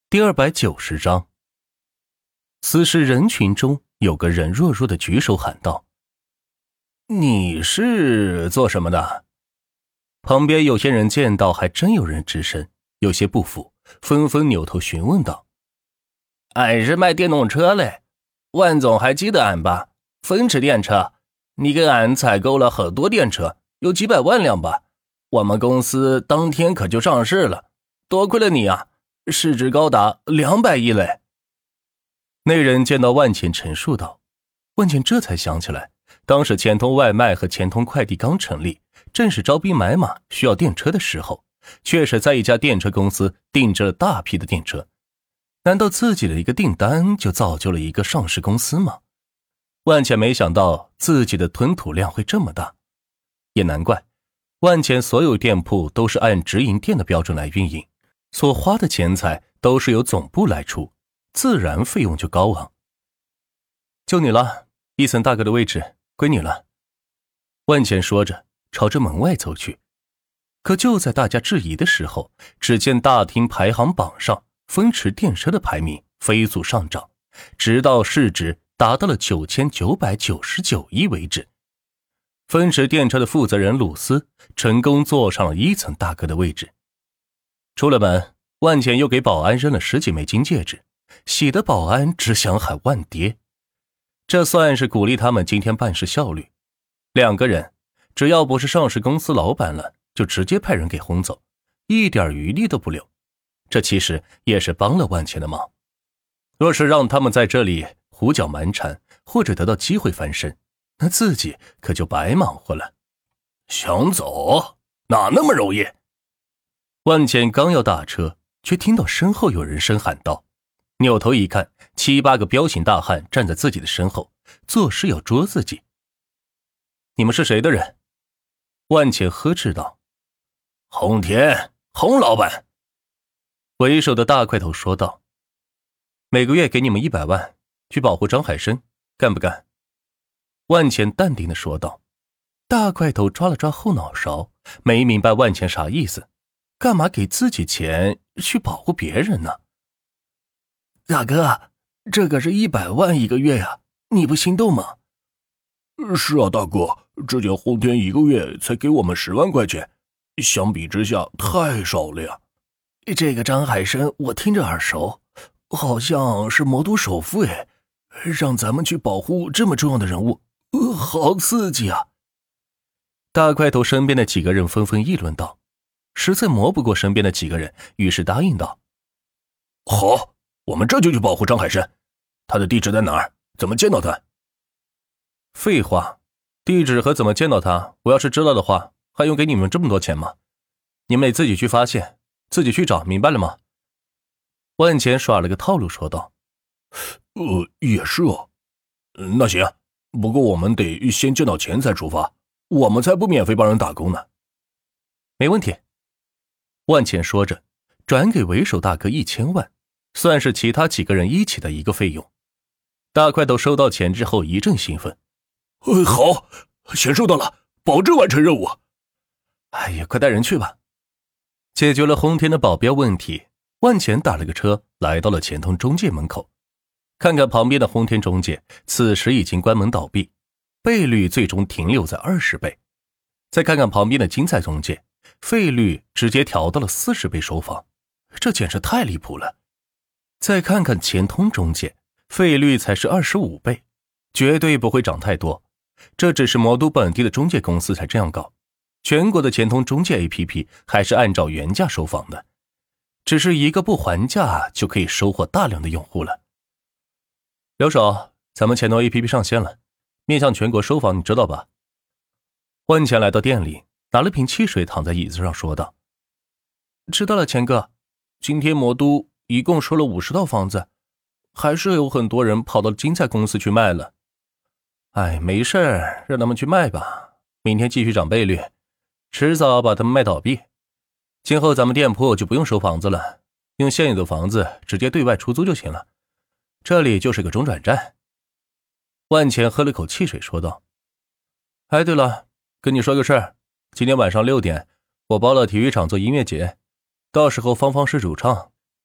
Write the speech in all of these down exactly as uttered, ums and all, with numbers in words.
第二百九十章。此时人群中有个人弱弱的举手喊道：你是做什么的？旁边有些人见到还真有人吱声，有些不服，纷纷扭头询问道：俺是卖电动车嘞，万总还记得俺吧？风驰电车，你给俺采购了很多电车，有几百万辆吧？我们公司当天可就上市了，多亏了你啊，市值高达两百亿嘞。那人见到万茜陈述道，万茜这才想起来，当时钱通外卖和钱通快递刚成立，正是招兵买马需要电车的时候，确实在一家电车公司订制了大批的电车。难道自己的一个订单就造就了一个上市公司吗？万茜没想到自己的吞吐量会这么大，也难怪，万茜所有店铺都是按直营店的标准来运营，所花的钱财都是由总部来出，自然费用就高昂。就你了，伊森大哥的位置归你了。万茜说着朝着门外走去。可就在大家质疑的时候，只见大厅排行榜上风驰电车的排名飞速上涨，直到市值达到了九千九百九十九亿为止。风驰电车的负责人鲁斯成功坐上了伊森大哥的位置。出了门，万茜又给保安扔了十几枚金戒指，喜得保安只想喊万爹。这算是鼓励他们今天办事效率。两个人只要不是上市公司老板了，就直接派人给轰走，一点余力都不留。这其实也是帮了万茜的忙。若是让他们在这里胡搅蛮缠，或者得到机会翻身，那自己可就白忙活了。 想走哪那么容易？ 万茜刚要打车，却听到身后有人声喊道，扭头一看，七八个彪形大汉站在自己的身后，作势要捉自己。你们是谁的人？万茜呵斥道。 洪天，洪老板。 为首的大块头说道。每个月给你们一百万，去保护张海生，干不干？万茜淡定地说道。大块头抓了抓后脑勺，没明白万茜啥意思，干嘛给自己钱去保护别人呢？ 大哥，这可是一百万一个月呀，你不心动吗？ 是啊，大哥，之前洪天一个月才给我们十万块钱，相比之下太少了呀。 这个张海生我听着耳熟，好像是魔都首富诶，让咱们去保护这么重要的人物，呃、好刺激啊！ 大块头身边的几个人纷纷议论道，实在磨不过身边的几个人，于是答应道： 好，我们这就去保护张海生。他的地址在哪儿？怎么见到他？ 废话，地址和怎么见到他，我要是知道的话，还用给你们这么多钱吗？你们得自己去发现，自己去找，明白了吗？万茜耍了个套路说道。 呃，也是哦。那行，不过我们得先见到钱才出发，我们才不免费帮人打工呢。 没问题。万茜说着，转给为首大哥一千万，算是其他几个人一起的一个费用。大块头收到钱之后一阵兴奋。 呃，好，钱收到了，保证完成任务。 哎呀，快带人去吧。解决了洪天的保镖问题，万茜打了个车来到了钱通中介门口。看看旁边的洪天中介，此时已经关门倒闭，倍率最终停留在二十倍。再看看旁边的金彩中介，费率直接调到了四十倍收房，这简直太离谱了。再看看钱通中介，费率才是二十五倍，绝对不会涨太多。这只是魔都本地的中介公司才这样搞，全国的钱通中介 A P P 还是按照原价收房的，只是一个不还价就可以收获大量的用户了。刘首，咱们钱通 A P P 上线了，面向全国收房，你知道吧？万茜来到店里，拿了瓶汽水躺在椅子上说道。知道了，钱哥，今天魔都一共收了五十套房子，还是有很多人跑到金彩公司去卖了。哎，没事儿，让他们去卖吧，明天继续涨倍率，迟早把他们卖倒闭。今后咱们店铺就不用收房子了，用现有的房子直接对外出租就行了，这里就是个中转站。万茜喝了口汽水说道。哎，对了，跟你说个事儿，今天晚上六点我包了体育场做音乐节，到时候芳芳是主唱，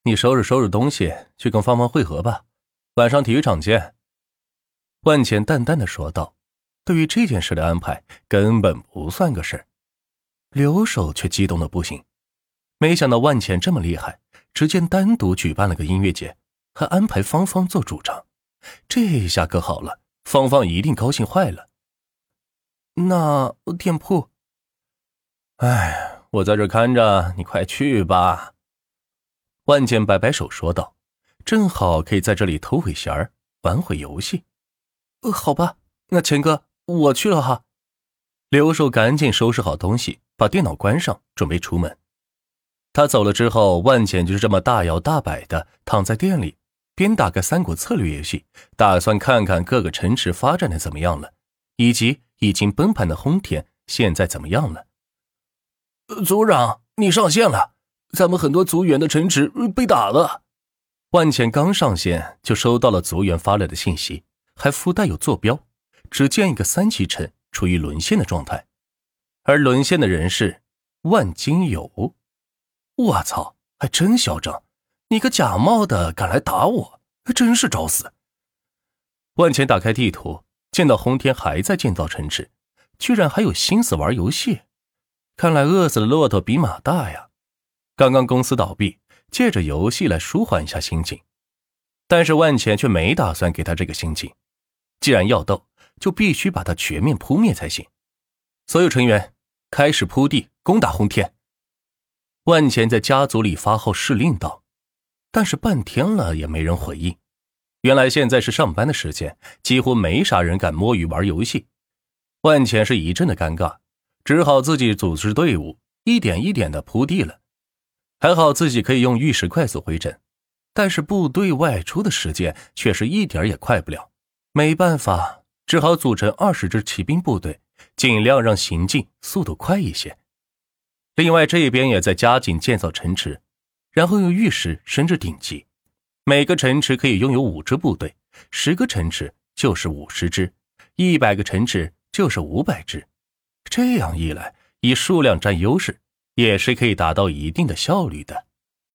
你收拾收拾东西，去跟芳芳会合吧，晚上体育场见。万茜淡淡的说道，对于这件事的安排根本不算个事。刘守却激动的不行，没想到万茜这么厉害，直接单独举办了个音乐节，还安排芳芳做主唱。这下可好了，芳芳一定高兴坏了。那店铺？哎，我在这看着，你快去吧。万茜摆摆手说道，正好可以在这里偷会闲儿，玩会游戏。呃，好吧，那钱哥，我去了哈。刘守赶紧收拾好东西，把电脑关上，准备出门。他走了之后，万茜就是这么大摇大摆的躺在店里，边打个三国策略游戏，打算看看各个城池发展的怎么样了，以及已经崩盘的轰天现在怎么样了。 族长，你上线了，咱们很多族员的城池被打了。 万茜刚上线就收到了族员发来的信息，还附带有坐标，只见一个三级城处于沦陷的状态，而沦陷的人是万金油。我操，还真嚣张，你个假冒的敢来打我，真是找死。万茜打开地图，见到轰天还在建造城池，居然还有心思玩游戏，看来饿死的骆驼比马大呀。刚刚公司倒闭，借着游戏来舒缓一下心情，但是万茜却没打算给他这个心情，既然要斗，就必须把他全面扑灭才行。所有成员开始铺地攻打轰天。万茜在家族里发号施令道，但是半天了也没人回应。原来现在是上班的时间，几乎没啥人敢摸鱼玩游戏。万茜是一阵的尴尬，只好自己组织队伍，一点一点的铺地了。还好自己可以用玉石快速回阵，但是部队外出的时间却是一点也快不了。没办法，只好组成二十支骑兵部队，尽量让行进速度快一些。另外这边也在加紧建造城池，然后用玉石升至顶级，每个城池可以拥有五支部队，十个城池就是五十支，一百个城池就是五百支。这样一来，以数量占优势，也是可以达到一定的效率的。